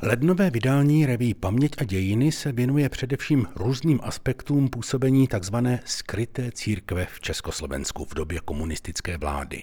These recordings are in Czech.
Lednové vydání reví Paměť a dějiny se věnuje především různým aspektům působení tzv. Skryté církve v Československu v době komunistické vlády.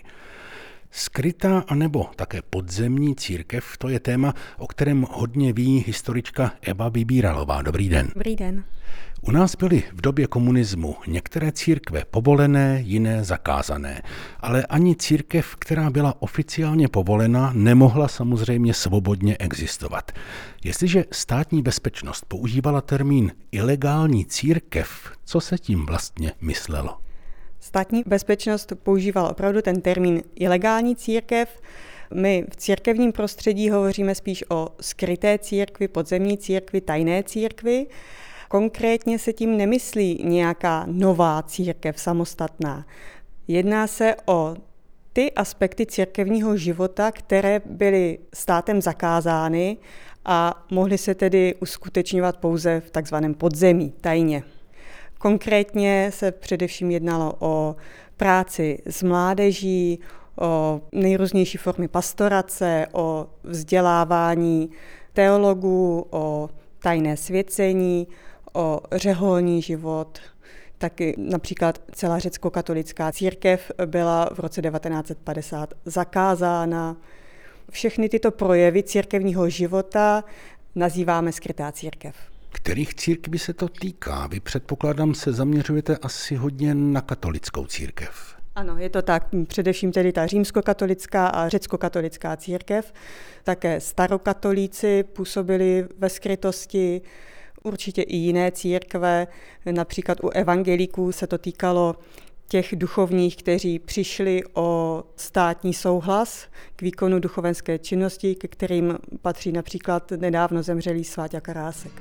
Skrytá anebo také podzemní církev, to je téma, o kterém hodně ví historička Eva Vybíralová. Dobrý den. Dobrý den. U nás byly v době komunismu některé církve povolené, jiné zakázané. Ale ani církev, která byla oficiálně povolena, nemohla samozřejmě svobodně existovat. Jestliže státní bezpečnost používala termín ilegální církev, co se tím vlastně myslelo? Státní bezpečnost používala opravdu ten termín ilegální církev. My v církevním prostředí hovoříme spíš o skryté církvi, podzemní církvi, tajné církvi. Konkrétně se tím nemyslí nějaká nová církev samostatná. Jedná se o ty aspekty církevního života, které byly státem zakázány a mohly se tedy uskutečňovat pouze v takzvaném podzemí, tajně. Konkrétně se především jednalo o práci s mládeží, o nejrůznější formy pastorace, o vzdělávání teologů, o tajné svěcení, o řeholní život. Taky například celá řeckokatolická církev byla v roce 1950 zakázána. Všechny tyto projevy církevního života nazýváme skrytá církev. Kterých církví se to týká? Vy, předpokládám, se zaměřujete asi hodně na katolickou církev. Ano, je to tak. Především tedy ta římskokatolická a řeckokatolická církev. Také starokatolíci působili ve skrytosti, určitě i jiné církve. Například u evangelíků se to týkalo těch duchovních, kteří přišli o státní souhlas k výkonu duchovenské činnosti, ke kterým patří například nedávno zemřelý Sváťa Karásek.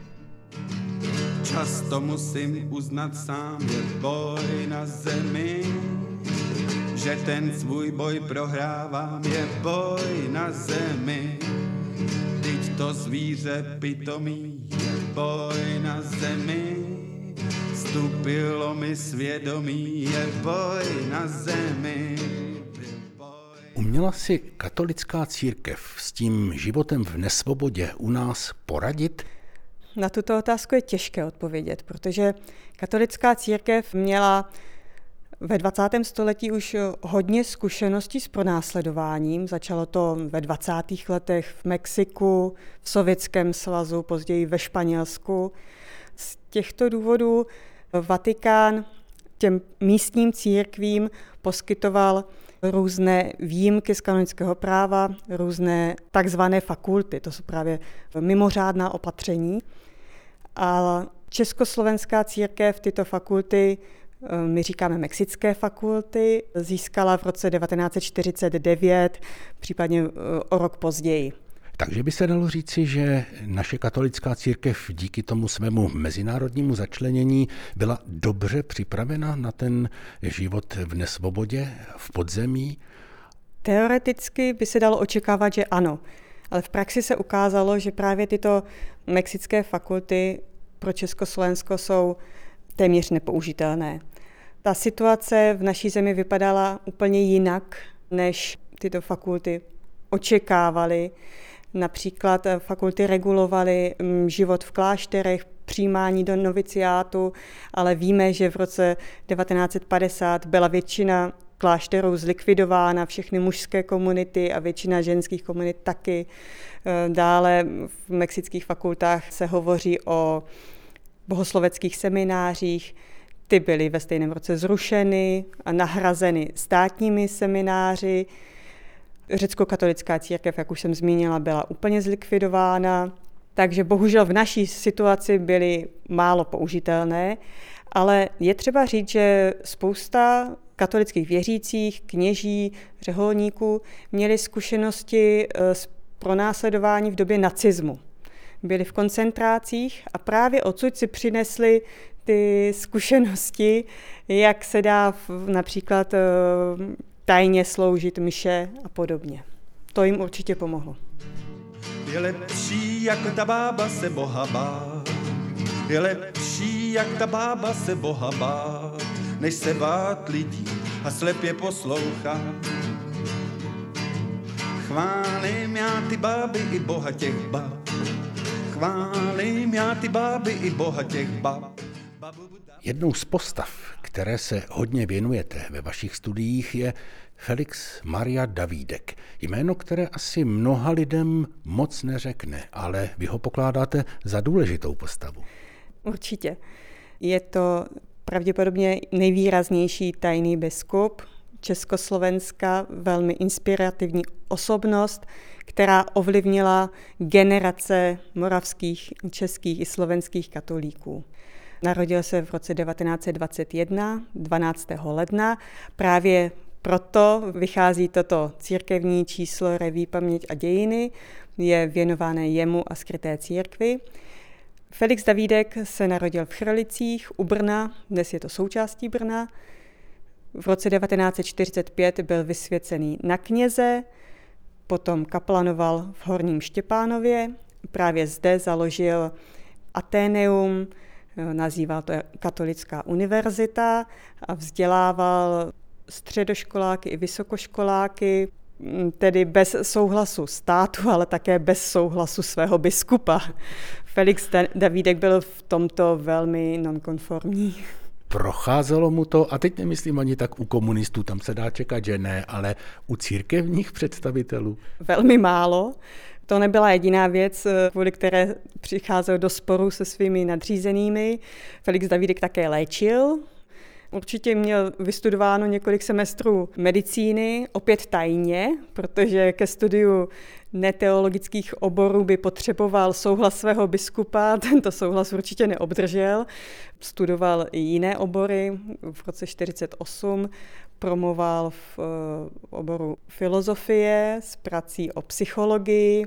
Často musím uznat sám, je boj na zemi, že ten svůj boj prohrávám, je boj na zemi. Vždyť to zvíře pitomý, je boj na zemi, vstupilo mi svědomí, je boj na zemi. Uměla si katolická církev s tím životem v nesvobodě u nás poradit? Na tuto otázku je těžké odpovědět, protože katolická církev měla ve 20. století už hodně zkušeností s pronásledováním. Začalo to ve 20. letech v Mexiku, v Sovětském svazu, později ve Španělsku. Z těchto důvodů Vatikán těm místním církvím poskytoval různé výjimky z kanonického práva, různé takzvané fakulty, to jsou právě mimořádná opatření. A československá církev tyto fakulty, my říkáme mexické fakulty, získala v roce 1949, případně o rok později. Takže by se dalo říci, že naše katolická církev díky tomu svému mezinárodnímu začlenění byla dobře připravena na ten život v nesvobodě, v podzemí? Teoreticky by se dalo očekávat, že ano, ale v praxi se ukázalo, že právě tyto mexické fakulty pro Československo jsou téměř nepoužitelné. Ta situace v naší zemi vypadala úplně jinak, než tyto fakulty očekávaly. Například fakulty regulovaly život v klášterech, přijímání do noviciátu, ale víme, že v roce 1950 byla většina klášterů zlikvidována, všechny mužské komunity a většina ženských komunit taky. Dále v mexických fakultách se hovoří o bohosloveckých seminářích. Ty byly ve stejném roce zrušeny a nahrazeny státními semináři. Řeckokatolická církev, jak už jsem zmínila, byla úplně zlikvidována, takže bohužel v naší situaci byly málo použitelné, ale je třeba říct, že spousta katolických věřících, kněží, řeholníků měli zkušenosti s pronásledování v době nacismu. Byli v koncentrácích a právě odsud si přinesli ty zkušenosti, jak se dá například tajně sloužit mše a podobně. To jim určitě pomohlo. Je lepší, jak ta bába se Boha bát. Je lepší, jak ta bába se Boha bát, než se bát lidí a slepě poslouchat. Chválím já ty báby i Boha těch bab. chválím, já ty báby i boha těch bab. Jednou z postav, které se hodně věnujete ve vašich studiích, je Felix Maria Davídek. Jméno, které asi mnoha lidem moc neřekne, ale vy ho pokládáte za důležitou postavu. Určitě. Je to pravděpodobně nejvýraznější tajný biskup Československa, velmi inspirativní osobnost, která ovlivnila generace moravských, českých i slovenských katolíků. Narodil se v roce 1921, 12. ledna. Právě proto vychází toto církevní číslo Reví paměť a dějiny, je věnované jemu a skryté církvi. Felix Davídek se narodil v Chrlicích u Brna, dnes je to součástí Brna. V roce 1945 byl vysvěcený na kněze, potom kaplanoval v Horním Štěpánově, právě zde založil Ateneum, nazýval to Katolická univerzita a vzdělával středoškoláky i vysokoškoláky, tedy bez souhlasu státu, ale také bez souhlasu svého biskupa. Felix Davídek byl v tomto velmi nonkonformní. Procházelo mu to, a teď nemyslím ani tak u komunistů, tam se dá čekat, že ne, ale u církevních představitelů? Velmi málo. To nebyla jediná věc, kvůli které přicházel do sporu se svými nadřízenými. Felix Davídek také léčil. Určitě měl vystudováno několik semestrů medicíny, opět tajně, protože ke studiu neteologických oborů by potřeboval souhlas svého biskupa, tento souhlas určitě neobdržel. Studoval i jiné obory, v roce 1948 promoval v oboru filozofie s prací o psychologii,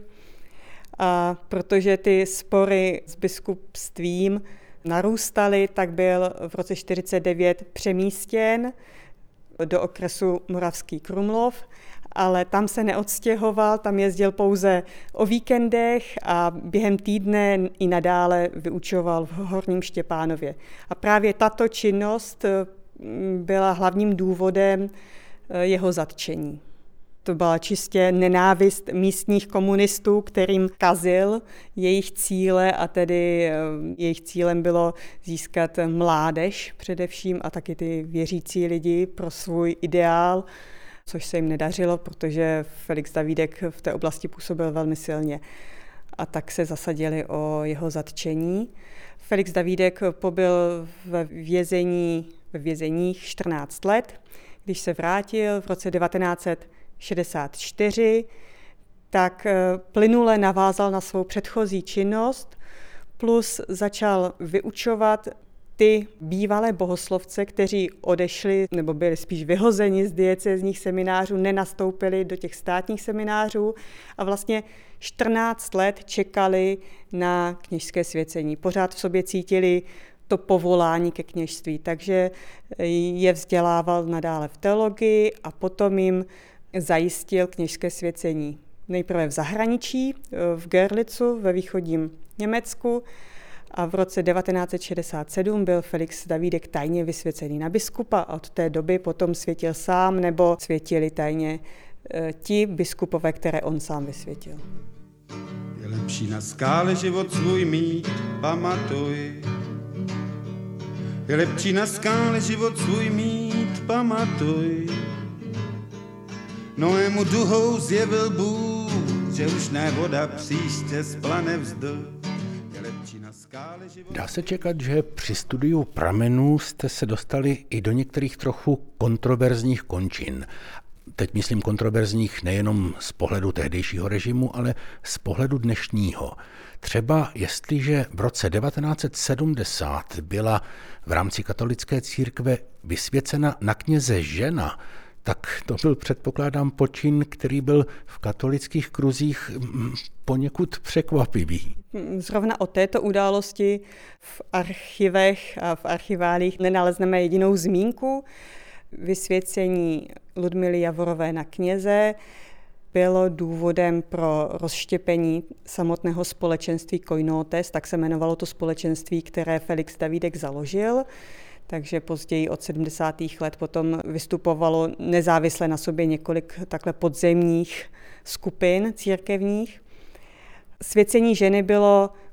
a protože ty spory s biskupstvím narůstaly, tak byl v roce 1949 přemístěn do okresu Moravský Krumlov, ale tam se neodstěhoval, tam jezdil pouze o víkendech a během týdne i nadále vyučoval v Horním Štěpánově. A právě tato činnost byla hlavním důvodem jeho zatčení. To byla čistě nenávist místních komunistů, kterým kazil jejich cíle, a tedy jejich cílem bylo získat mládež především a taky ty věřící lidi pro svůj ideál, což se jim nedařilo, protože Felix Davídek v té oblasti působil velmi silně. A tak se zasadili o jeho zatčení. Felix Davídek pobyl ve vězeních 14 let. Když se vrátil v roce 1964, tak plynule navázal na svou předchozí činnost, plus začal vyučovat ty bývalé bohoslovce, kteří odešli nebo byli spíš vyhozeni z diecézních seminářů, nenastoupili do těch státních seminářů a vlastně 14 let čekali na kněžské svěcení. Pořád v sobě cítili to povolání ke kněžství, takže je vzdělával nadále v teologii a potom jim zajistil kněžské svěcení. Nejprve v zahraničí, v Görlitzu ve východním Německu, a v roce 1967 byl Felix Davídek tajně vysvěcený na biskupa a od té doby potom světil sám nebo světili tajně ti biskupové, které on sám vysvětil. Je lepší na skále život svůj mít, pamatuj. Je lepší na skále život svůj mít, pamatuj. Noému duhou zjevil Bůh, že už ne voda příště splane vzduch. Dá se čekat, že při studiu pramenů jste se dostali i do některých trochu kontroverzních končin. Teď myslím kontroverzních nejenom z pohledu tehdejšího režimu, ale z pohledu dnešního. Třeba jestliže v roce 1970 byla v rámci katolické církve vysvěcena na kněze žena, tak to byl, předpokládám, počin, který byl v katolických kruzích poněkud překvapivý. Zrovna o této události v archivech a v archiválích nenalezneme jedinou zmínku. Vysvěcení Ludmily Javorové na kněze bylo důvodem pro rozštěpení samotného společenství Koinotes, tak se jmenovalo to společenství, které Felix Davídek založil. Takže později od 70. let potom vystupovalo nezávisle na sobě několik takhle podzemních skupin církevních. Svěcení ženy bylo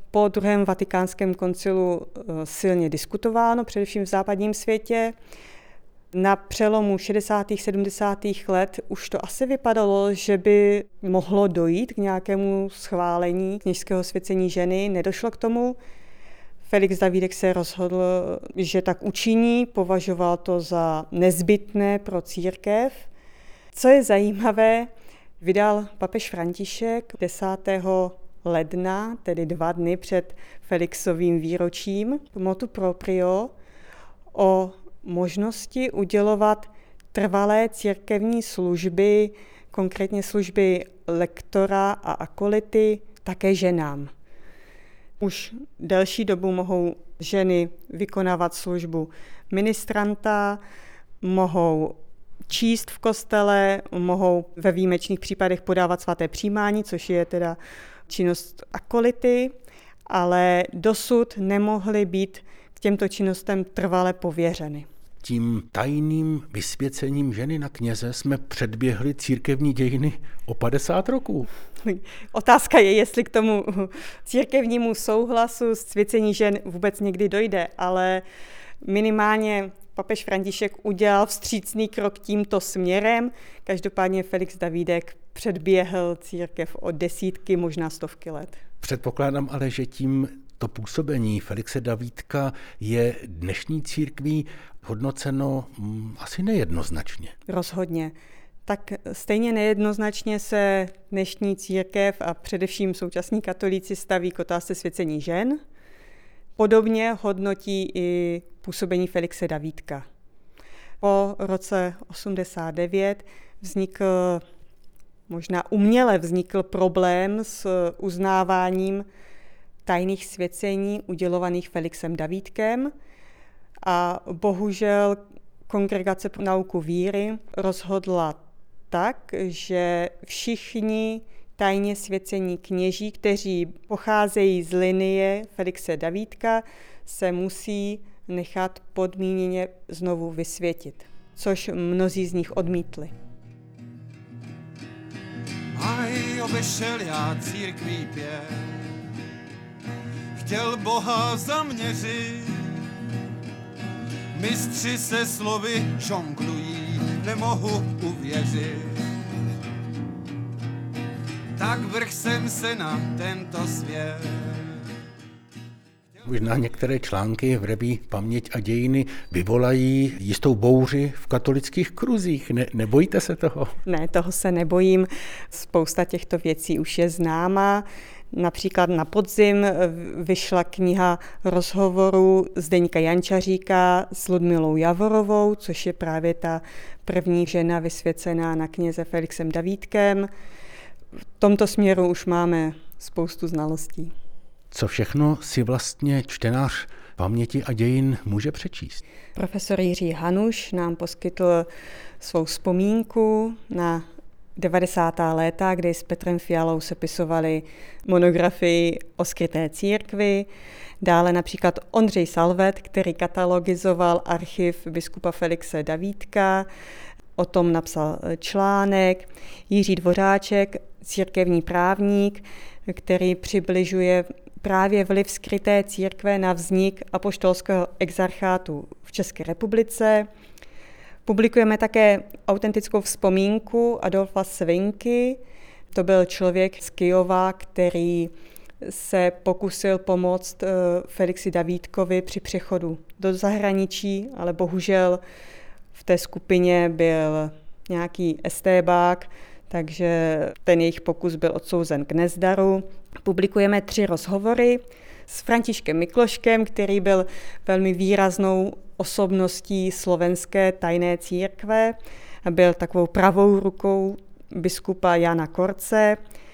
po druhém vatikánském koncilu silně diskutováno, především v západním světě. Na přelomu 60. 70. let už to asi vypadalo, že by mohlo dojít k nějakému schválení kněžského svěcení ženy. Nedošlo k tomu. Felix Davídek se rozhodl, že tak učiní, považoval to za nezbytné pro církev. Co je zajímavé, vydal papež František 10. ledna, tedy 2 dny před Felixovým výročím, motu proprio o možnosti udělovat trvalé církevní služby, konkrétně služby lektora a akolity, také ženám. Už delší dobu mohou ženy vykonávat službu ministranta, mohou číst v kostele, mohou ve výjimečných případech podávat svaté přijímání, což je teda činnost akolity, ale dosud nemohly být k těmto činnostem trvale pověřeny. Tím tajným vysvěcením ženy na kněze jsme předběhli církevní dějiny o 50 roků. Otázka je, jestli k tomu církevnímu souhlasu svěcení žen vůbec někdy dojde, ale minimálně papež František udělal vstřícný krok tímto směrem. Každopádně Felix Davídek předběhl církev o desítky, možná 100 let. Předpokládám ale, že tím to působení Felixe Davídka je dnešní církví hodnoceno asi nejednoznačně. Rozhodně. Tak stejně nejednoznačně se dnešní církev a především současní katolíci staví k otázce svěcení žen. Podobně hodnotí i působení Felixe Davídka. Po roce 89 možná uměle vznikl problém s uznáváním tajných svěcení udělovaných Felixem Davídkem a bohužel Kongregace pro nauku víry rozhodla tak, že všichni tajně svěcení kněží, kteří pocházejí z linie Felixe Davídka, se musí nechat podmíněně znovu vysvětit, což mnozí z nich odmítli. Aj obešel já církví 5, chtěl Boha zaměřit, mistři se slovy žonglují, nemohu uvěřit. Tak vrch jsem se na tento svět. Možná některé články v reví Paměť a dějiny vyvolají jistou bouři v katolických kruzích. Nebojíte se toho? Ne, toho se nebojím. Spousta těchto věcí už je známa. Například na podzim vyšla kniha rozhovorů Zdeňka Jančaříka s Ludmilou Javorovou, což je právě ta první žena vysvěcená na kněze Felixem Davídkem. V tomto směru už máme spoustu znalostí. Co všechno si vlastně čtenář Paměti a dějin může přečíst? Profesor Jiří Hanuš nám poskytl svou vzpomínku na 90. léta, kdy s Petrem Fialou sepisovali monografii o skryté církvi. Dále například Ondřej Salvet, který katalogizoval archiv biskupa Felixe Davídka, o tom napsal článek. Jiří Dvořáček, církevní právník, který přibližuje právě vliv skryté církve na vznik apoštolského exarchátu v České republice. Publikujeme také autentickou vzpomínku Adolfa Svinky. To byl člověk z Kyjova, který se pokusil pomoct Felixi Davídkovi při přechodu do zahraničí, ale bohužel v té skupině byl nějaký estébák, takže ten jejich pokus byl odsouzen k nezdaru. Publikujeme 3 rozhovory s Františkem Mikloškem, který byl velmi výraznou osobností slovenské tajné církve a byl takovou pravou rukou biskupa Jana Korce.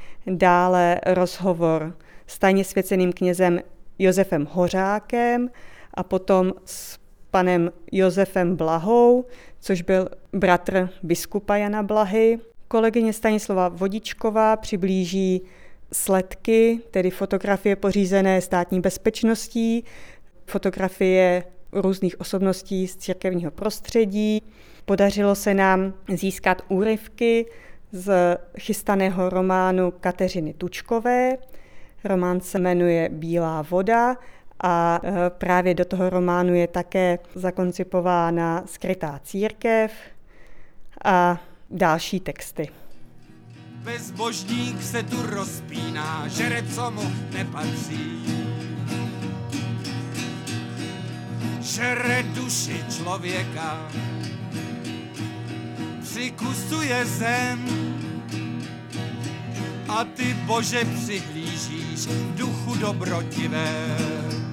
Dále rozhovor s tajně svěceným knězem Josefem Hořákem a potom s panem Josefem Blahou, což byl bratr biskupa Jana Blahy. Kolegyně Stanislava Vodičková přiblíží sledky, tedy fotografie pořízené státní bezpečností, fotografie různých osobností z církevního prostředí. Podařilo se nám získat úryvky z chystaného románu Kateřiny Tučkové. Román se jmenuje Bílá voda a právě do toho románu je také zakoncipována Skrytá církev a další texty. Bezbožník se tu rozpíná, žere, co mu nepatří. Žere duši člověka, přikusuje zem a ty, Bože, přihlížíš v duchu dobrotivém.